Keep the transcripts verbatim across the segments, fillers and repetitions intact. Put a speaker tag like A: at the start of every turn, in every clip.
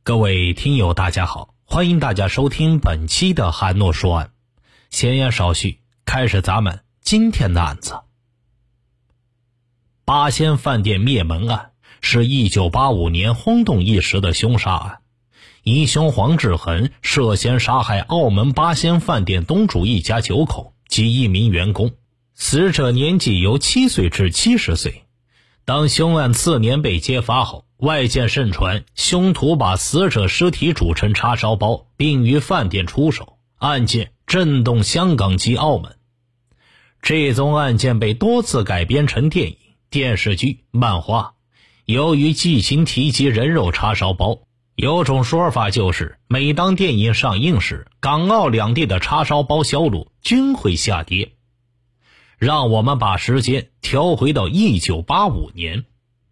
A: 各位听友大家好，欢迎大家收听本期的韩诺说案。闲言少叙，开始咱们今天的案子。八仙饭店灭门案是一九八五年轰动一时的凶杀案，疑凶黄志恒涉嫌杀害澳门八仙饭店东主一家九口及一名员工，死者年纪由七岁至七十岁。当凶案次年被揭发后，外界盛传凶徒把死者尸体煮成叉烧包，并于饭店出售，案件震动香港及澳门。这宗案件被多次改编成电影、电视剧、漫画。由于剧情提及人肉叉烧包，有种说法就是每当电影上映时，港澳两地的叉烧包销路均会下跌。让我们把时间调回到一九八五年。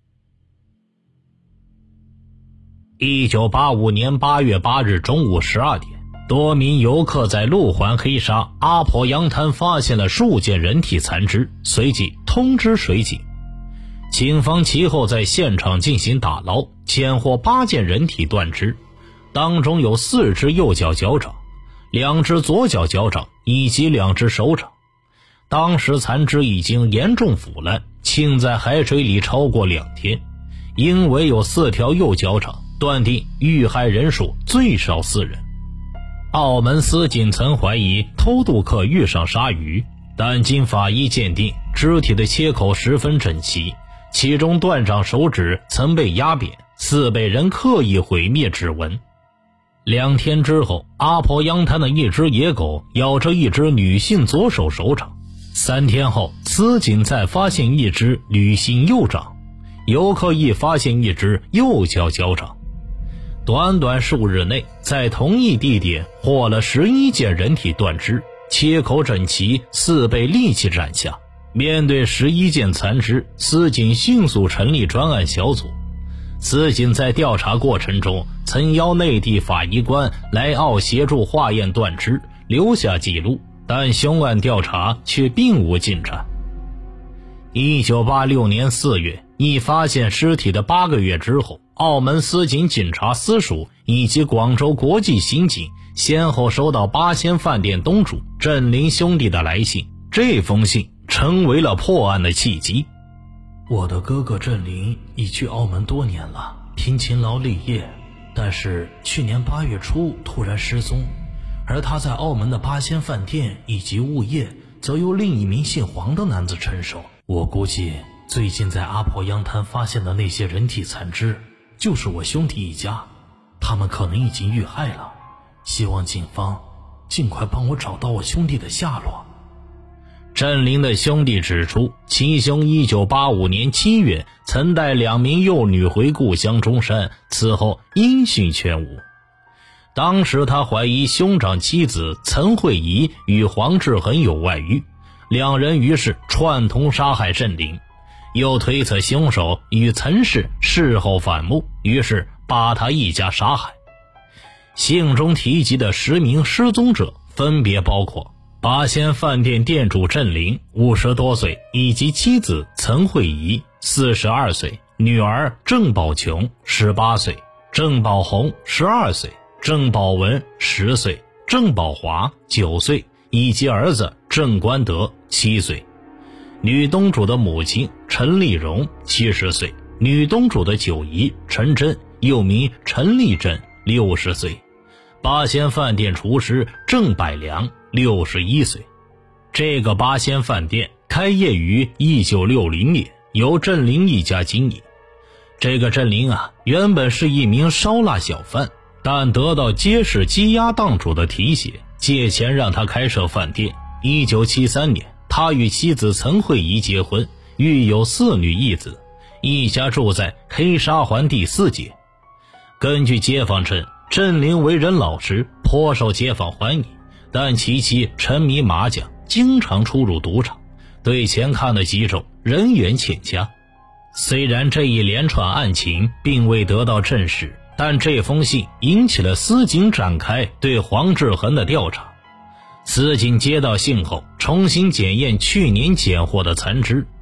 A: 一九八五年八月八日中午十二点，多名游客在路环黑沙阿婆洋滩发现了数件人体残肢，随即通知水警。警方其后在现场进行打捞，检获八件人体断肢，当中有四只右脚脚掌、两只左脚脚掌以及两只手掌。当时残肢已经严重腐烂，浸在海水里超过两天，因为有四条右脚掌，断定遇害人数最少四人。澳门司警曾怀疑偷渡客遇上鲨鱼，但经法医鉴定，肢体的切口十分整齐，其中断掌手指曾被压扁，似被人刻意毁灭指纹。两天之后，阿婆洋滩的一只野狗咬着一只女性左手手掌。三天后，司警再发现一只女性右掌，游客亦发现一只右脚脚掌。短短数日内，在同一地点获了十一件人体断肢，切口整齐，似被利器斩下。面对十一件残肢，司警迅速成立专案小组。司警在调查过程中曾邀内地法医官来澳协助化验断肢，留下记录，但凶案调查却并无进展。一九八六年四月，一发现尸体的八个月之后，澳门司警警察司署以及广州国际刑警先后收到八仙饭店东主郑林兄弟的来信，这封信成为了破案的契机。
B: 我的哥哥郑林已去澳门多年了，凭勤劳立业，但是去年八月初突然失踪，而他在澳门的八仙饭店以及物业则由另一名姓黄的男子承守。我估计最近在阿婆洋滩发现的那些人体残肢就是我兄弟一家，他们可能已经遇害了，希望警方尽快帮我找到我兄弟的下落。
A: 郑林的兄弟指出，其兄一九八五年七月曾带两名幼女回故乡中山，此后音讯全无。当时他怀疑兄长妻子岑慧仪与黄志恒有外遇，两人于是串通杀害郑林，又推测凶手与岑氏事后反目，于是把他一家杀害。信中提及的十名失踪者分别包括八仙饭店店主郑林五十多岁，以及妻子岑慧仪四十二岁，女儿郑宝琼十八岁，郑宝红十二岁，郑宝文十岁，郑宝华九岁，以及儿子郑关德七岁。女东主的母亲陈丽蓉七十岁，女东主的九姨陈珍又名陈丽珍六十岁，八仙饭店厨师郑百良六十一岁。这个八仙饭店开业于一九六零年，由郑林一家经营。这个郑林啊，原本是一名烧腊小贩，但得到街市鸡鸭档主的提携，借钱让他开设饭店。一九七三年，他与妻子岑慧仪结婚，育有四女一子，一家住在黑沙环第四街。根据街坊称，郑林为人老实，颇受街坊欢迎，但其妻沉迷麻将，经常出入赌场，对钱看得极重，人缘欠佳。虽然这一连串案情并未得到证实，但这封信引起了司警展开对黄志恒的调查。司警接到信后，重新检验去年捡获的残肢，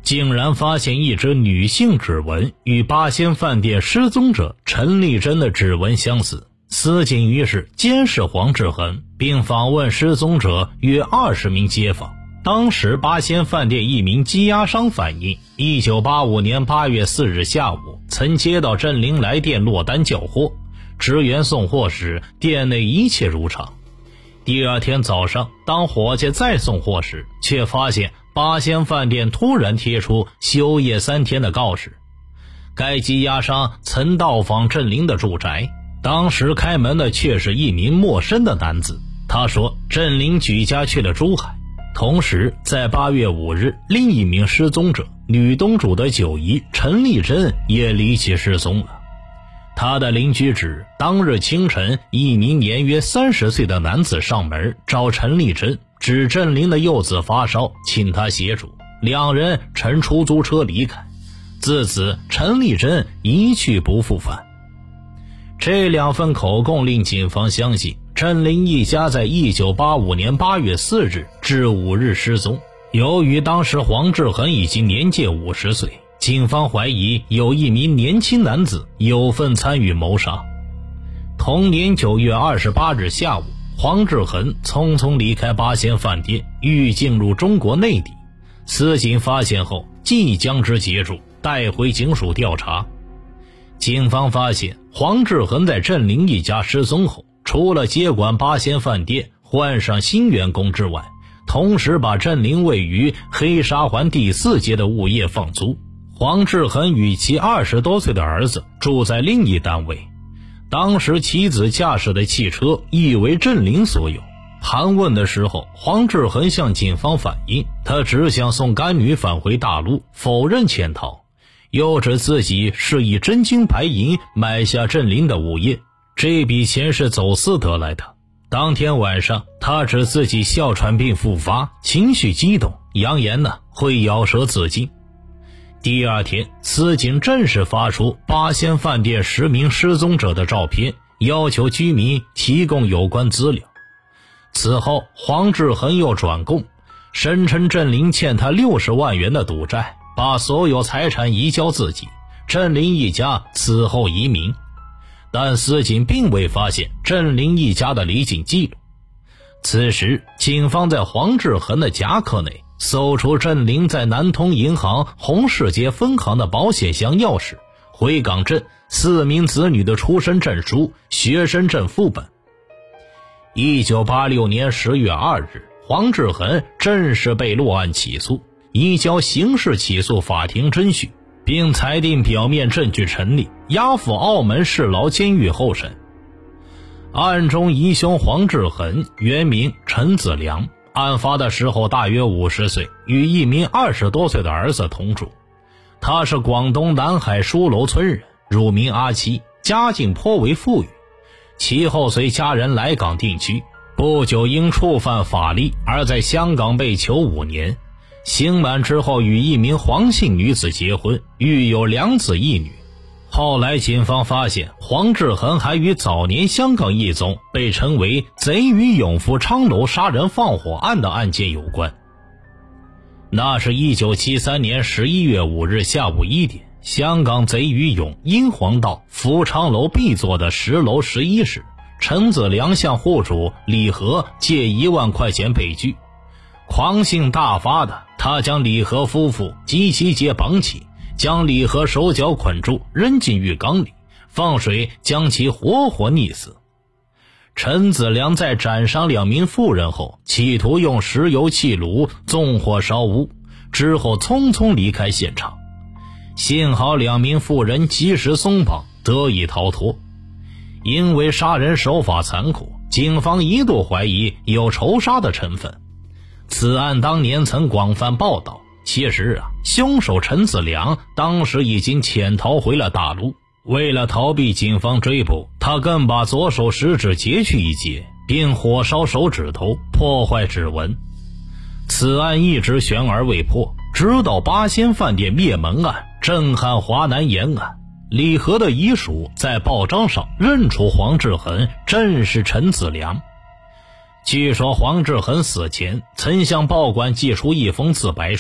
A: 竟然发现一只女性指纹与八仙饭店失踪者陈丽珍的指纹相似。司警于是监视黄志恒，并访问失踪者约二十名街坊。当时八仙饭店一名鸡鸭商反映，一九八五年八月四日下午曾接到镇灵来电落单叫货，职员送货时店内一切如常。第二天早上，当伙计再送货时，却发现八仙饭店突然贴出休业三天的告示。该鸡鸭商曾到访镇灵的住宅，当时开门的却是一名陌生的男子。他说镇灵举家去了珠海。同时在八月五日，另一名失踪者女东主的九姨陈丽珍也离奇失踪了。他的邻居指，当日清晨，一名年约三十岁的男子上门找陈丽珍，指镇灵的幼子发烧，请他协助。两人乘出租车离开。自此，陈丽珍一去不复返。这两份口供令警方相信，镇灵一家在一九八五年八月四日至五日失踪。由于当时黄志恒已经年届五十岁，警方怀疑有一名年轻男子有份参与谋杀。同年九月二十八日下午，黄志恒匆匆离开八仙饭店，欲进入中国内地。司警发现后，即将之截住，带回警署调查。警方发现，黄志恒在镇灵一家失踪后，除了接管八仙饭店换上新员工之外，同时把镇灵位于黑沙环第四街的物业放租。黄志恒与其二十多岁的儿子住在另一单位，当时妻子驾驶的汽车亦为镇灵所有。盘问的时候，黄志恒向警方反映，他只想送干女返回大陆，否认潜逃，又指自己是以真金白银买下镇灵的物业，这笔钱是走私得来的。当天晚上，他指自己哮喘病复发，情绪激动，扬言呢会咬舌自尽。第二天，司警正式发出八仙饭店十名失踪者的照片，要求居民提供有关资料。此后，黄志恒又转供，声称镇灵欠他六十万元的赌债，把所有财产移交自己，镇灵一家此后移民。但司警并未发现镇灵一家的离境记录。此时，警方在黄志恒的夹克内搜出镇灵在南通银行红市街分行的保险箱钥匙、回港证、四名子女的出生证书、学生证副本。一九八六年十月二日，黄志恒正式被落案起诉，移交刑事起诉法庭侦讯，并裁定表面证据成立，押赴澳门市劳监狱候审。案中疑凶黄志恒原名陈子良，案发的时候大约五十岁，与一名二十多岁的儿子同住。他是广东南海书楼村人，乳名阿七，家境颇为富裕。其后随家人来港定居，不久因触犯法律而在香港被囚五年。刑满之后与一名黄姓女子结婚，育有两子一女。后来警方发现，黄志恒还与早年香港一宗被称为贼鱼永福昌楼杀人放火案的案件有关。那是一九七三年十一月五日下午一点，香港贼鱼永英皇道福昌楼 B 座的十楼十一室，陈子良向户主李和借一万块钱被拒。狂性大发的他将李和夫妇及其节绑起，将李和手脚捆住，扔进浴缸里，放水将其活活溺死。陈子良在斩伤两名妇人后，企图用石油气炉纵火烧屋，之后匆匆离开现场。幸好两名妇人及时松绑，得以逃脱。因为杀人手法残酷，警方一度怀疑有仇杀的成分。此案当年曾广泛报道，其实啊，凶手陈子良当时已经潜逃回了大陆。为了逃避警方追捕，他更把左手食指截去一截，并火烧手指头，破坏指纹。此案一直悬而未破，直到八仙饭店灭门案震撼华南沿岸，李和的遗属在报章上认出黄志恒正是陈子良。据说黄志恒死前曾向报馆寄出一封自白书，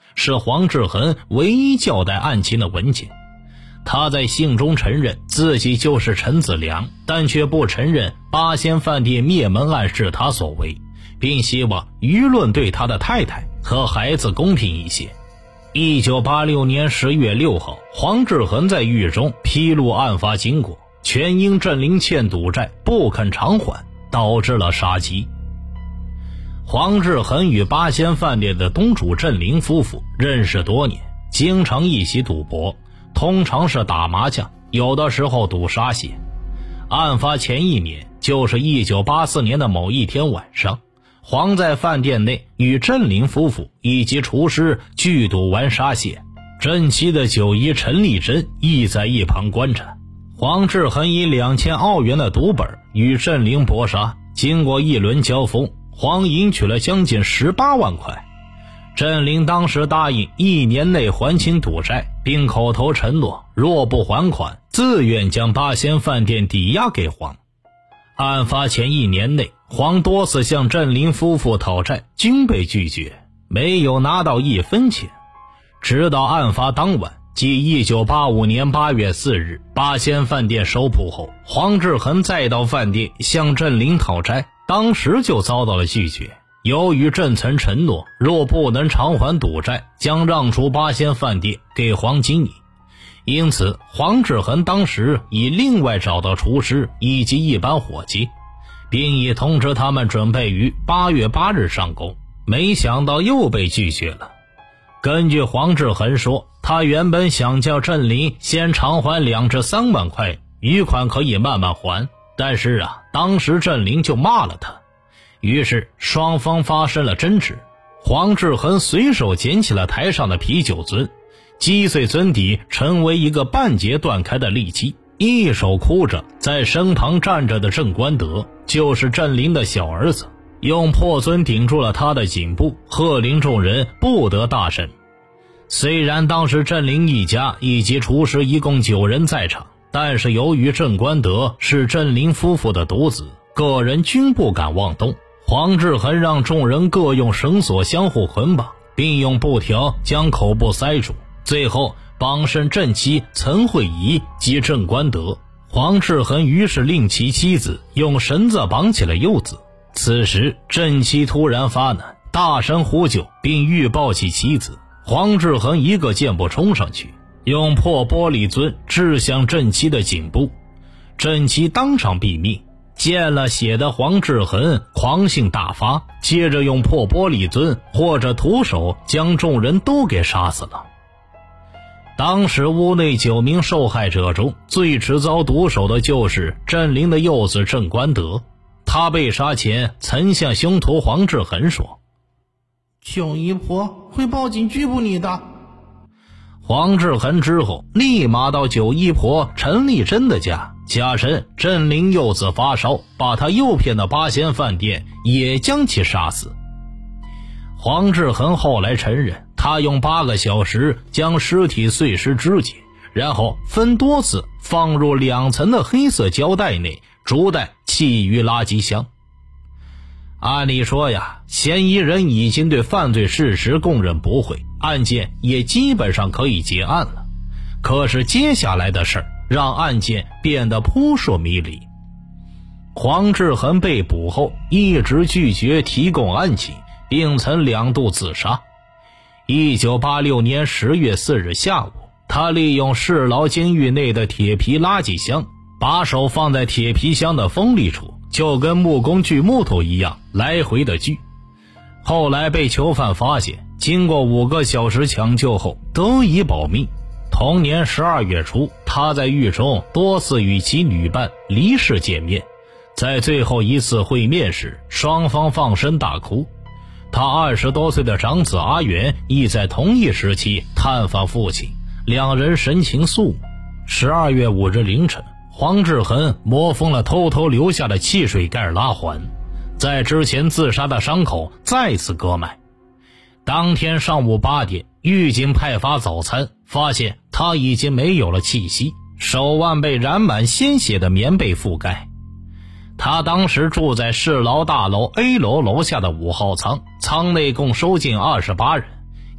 A: 是黄志恒唯一交代案情的文件。他在信中承认自己就是陈子良，但却不承认八仙饭店灭门案是他所为，并希望舆论对他的太太和孩子公平一些。一九八六年十月六号，黄志恒在狱中披露案发经过，全因郑林欠赌债不肯偿还，导致了杀机。黄志恒与八仙饭店的东主郑林夫妇认识多年，经常一起赌博，通常是打麻将，有的时候赌沙蟹。案发前一年，就是一九八四年的某一天晚上，黄在饭店内与郑林夫妇以及厨师聚赌玩沙蟹，郑妻的九姨陈丽珍亦在一旁观察。黄志恒以两千澳元的赌本与郑林搏杀，经过一轮交锋，黄赢取了将近十八万块。郑林当时答应一年内还清赌债，并口头承诺若不还款，自愿将八仙饭店抵押给黄。案发前一年内，黄多次向郑林夫妇讨债，均被拒绝，没有拿到一分钱。直到案发当晚，即一九八五年八月四日，八仙饭店收铺后，黄志恒再到饭店向郑林讨债，当时就遭到了拒绝。由于郑曾承诺若不能偿还赌债，将让出八仙饭店给黄经营，因此黄志恒当时已另外找到厨师以及一班伙计，并已通知他们准备于八月八日上工，没想到又被拒绝了。根据黄志恒说，他原本想叫郑林先偿还两至三万块，余款可以慢慢还，但是啊，当时郑林就骂了他，于是双方发生了争执。黄志恒随手捡起了台上的啤酒樽，击碎樽底，成为一个半截断开的利器。一手哭着在身旁站着的郑官德，就是郑林的小儿子，用破樽顶住了他的颈部，喝令众人不得大声。虽然当时郑林一家以及厨师一共九人在场，但是由于郑官德是郑林夫妇的独子，个人均不敢妄动。黄志恒让众人各用绳索相互捆绑，并用布条将口部塞住，最后绑上郑妻岑慧仪及郑官德。黄志恒于是令其妻子用绳子绑起了幼子。此时郑妻突然发难，大声呼救，并欲抱起妻子。黄志恒一个箭步冲上去，用破玻璃樽掷向郑妻的颈部，郑妻当场毙命。见了血的黄志恒狂性大发，接着用破玻璃樽或者徒手将众人都给杀死了。当时屋内九名受害者中最迟遭毒手的就是郑林的幼子郑官德，他被杀前曾向凶徒黄志恒说：
B: 九姨婆会报警拘捕你的。
A: 黄志恒之后立马到九姨婆陈丽珍的家，假称郑林幼子发烧，把他诱骗到八仙饭店，也将其杀死。黄志恒后来承认，他用八个小时将尸体碎尸肢解，然后分多次放入两层的黑色胶带内，逐袋弃于垃圾箱。按理说呀，嫌疑人已经对犯罪事实供认不讳，案件也基本上可以结案了。可是接下来的事儿让案件变得扑朔迷离。黄志恒被捕后一直拒绝提供案情，并曾两度自杀。一九八六年十月四日下午，他利用市牢监狱内的铁皮垃圾箱，把手放在铁皮箱的锋利处，就跟木工锯木头一样来回的锯。后来被囚犯发现，经过五个小时抢救后得以保命。同年十二月初，他在狱中多次与其女伴黎氏见面，在最后一次会面时，双方放声大哭。他二十多岁的长子阿元亦在同一时期探访父亲，两人神情肃穆。十二月五日凌晨，黄志恒磨疯了偷偷留下的汽水盖拉环，在之前自杀的伤口再次割脉。当天上午八点，狱警派发早餐，发现他已经没有了气息，手腕被染满鲜血的棉被覆盖。他当时住在市牢大楼 A 楼楼下的五号仓，仓内共收进二十八人，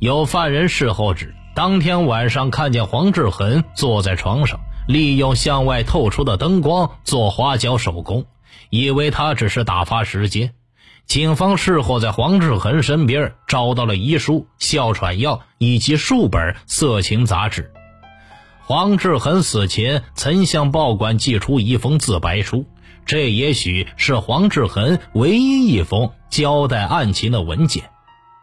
A: 有犯人事后指，当天晚上看见黄志恒坐在床上，利用向外透出的灯光做花脚手工，以为他只是打发时间。警方事后在黄志恒身边找到了遗书、哮喘药以及数本色情杂志。黄志恒死前曾向报馆寄出一封自白书，这也许是黄志恒唯一一封交代案情的文件。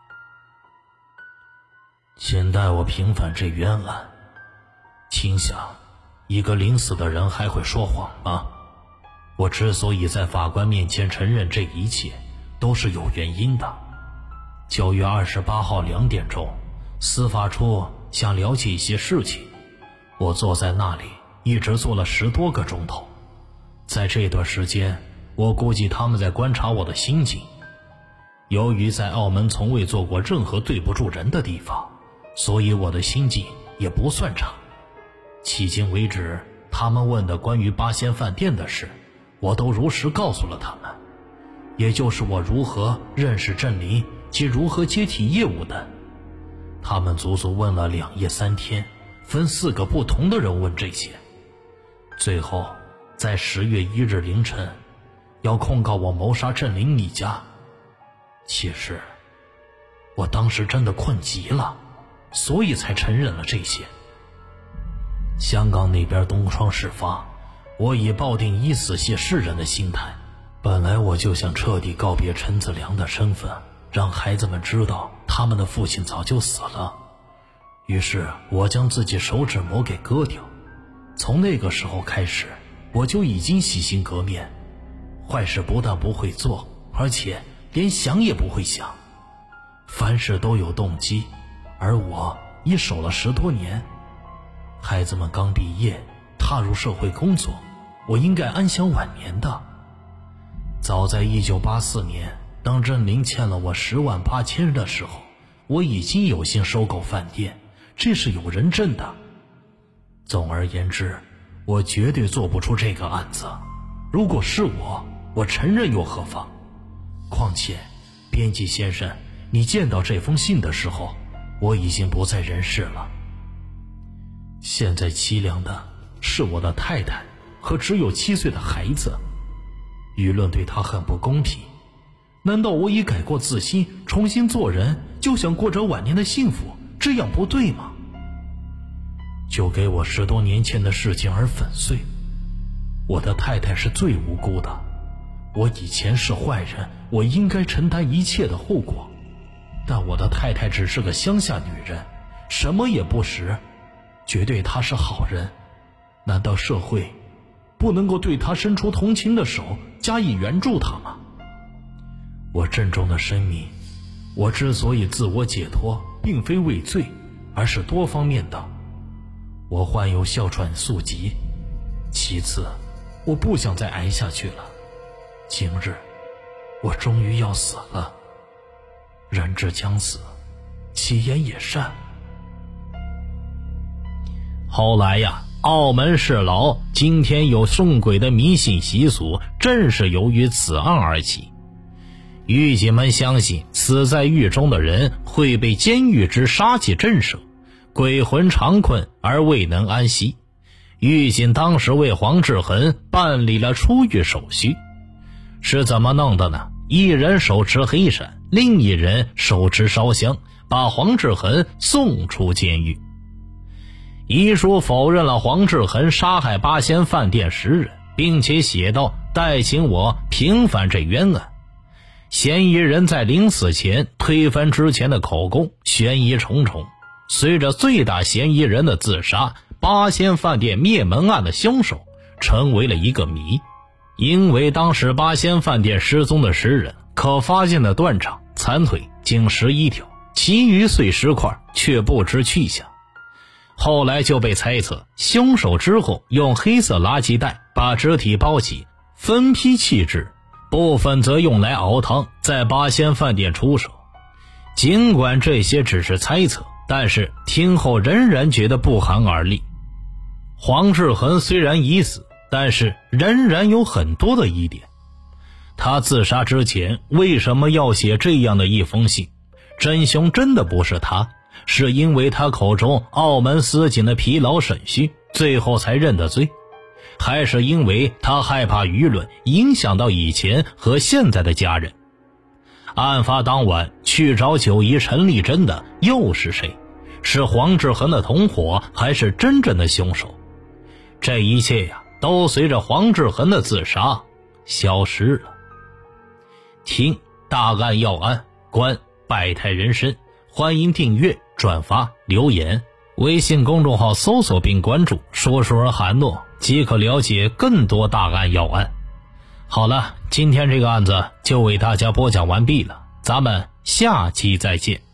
B: 请代我平反这冤案。心想，一个临死的人还会说谎吗？我之所以在法官面前承认这一切，都是有原因的。九月二十八号两点钟，司法处想了解一些事情，我坐在那里一直坐了十多个钟头。在这段时间，我估计他们在观察我的心情。由于在澳门从未做过任何对不住人的地方，所以我的心境也不算差。迄今为止，他们问的关于八仙饭店的事，我都如实告诉了他们，也就是我如何认识郑林及如何接替业务的。他们足足问了两夜三天，分四个不同的人问这些。最后在十月一日凌晨，要控告我谋杀郑林一家。其实我当时真的困极了，所以才承认了这些。香港那边东窗事发，我已抱定以死谢世人的心态。本来我就想彻底告别陈子良的身份，让孩子们知道他们的父亲早就死了。于是我将自己手指模给割掉。从那个时候开始，我就已经洗心革面，坏事不但不会做，而且连想也不会想。凡事都有动机，而我已守了十多年。孩子们刚毕业，踏入社会工作，我应该安享晚年的。早在一九八四年，当郑林欠了我十万八千的时候，我已经有心收购饭店，这是有人证的。总而言之，我绝对做不出这个案子。如果是我，我承认又何妨？况且，编辑先生，你见到这封信的时候，我已经不在人世了。现在凄凉的是我的太太和只有七岁的孩子，舆论对他很不公平。难道我已改过自新，重新做人，就想过着晚年的幸福，这样不对吗？就给我十多年前的事情而粉碎。我的太太是最无辜的，我以前是坏人，我应该承担一切的后果。但我的太太只是个乡下女人，什么也不识，绝对她是好人。难道社会不能够对她伸出同情的手，加以援助她吗？我郑重的声明，我之所以自我解脱，并非畏罪，而是多方面的。我患有哮喘宿疾，其次，我不想再挨下去了。今日，我终于要死了。人之将死，其言也善。
A: 后来呀，澳门市牢今天有送鬼的迷信习俗，正是由于此案而起。狱警们相信死在狱中的人会被监狱之杀气震慑，鬼魂长困而未能安息。狱警当时为黄志恒办理了出狱手续。是怎么弄的呢？一人手持黑伞，另一人手持烧香，把黄志恒送出监狱。遗书否认了黄志恒杀害八仙饭店十人，并且写道：代请我平反这冤案。嫌疑人在临死前推翻之前的口供，悬疑重重。随着最大嫌疑人的自杀，八仙饭店灭门案的凶手成为了一个谜。因为当时八仙饭店失踪的十人，可发现的断掌、残腿仅十一条，其余碎尸块却不知去向。后来就被猜测，凶手之后用黑色垃圾袋把肢体包起，分批弃置，部分则用来熬汤，在八仙饭店出售。尽管这些只是猜测，但是听后仍然觉得不寒而栗。黄志恒虽然已死，但是仍然有很多的疑点。他自杀之前为什么要写这样的一封信？真凶真的不是他， 是因为他口中澳门司警的疲劳审讯，最后才认的罪，还是因为他害怕舆论影响到以前和现在的家人？案发当晚去找九姨陈丽珍的又是谁？是黄志恒的同伙，还是真正的凶手？这一切呀，都随着黄志恒的自杀消失了。听大案要案，观百态人生，欢迎订阅、转发、留言。微信公众号搜索并关注说书人韩诺，即可了解更多大案要案。好了，今天这个案子就为大家播讲完毕了，咱们下期再见。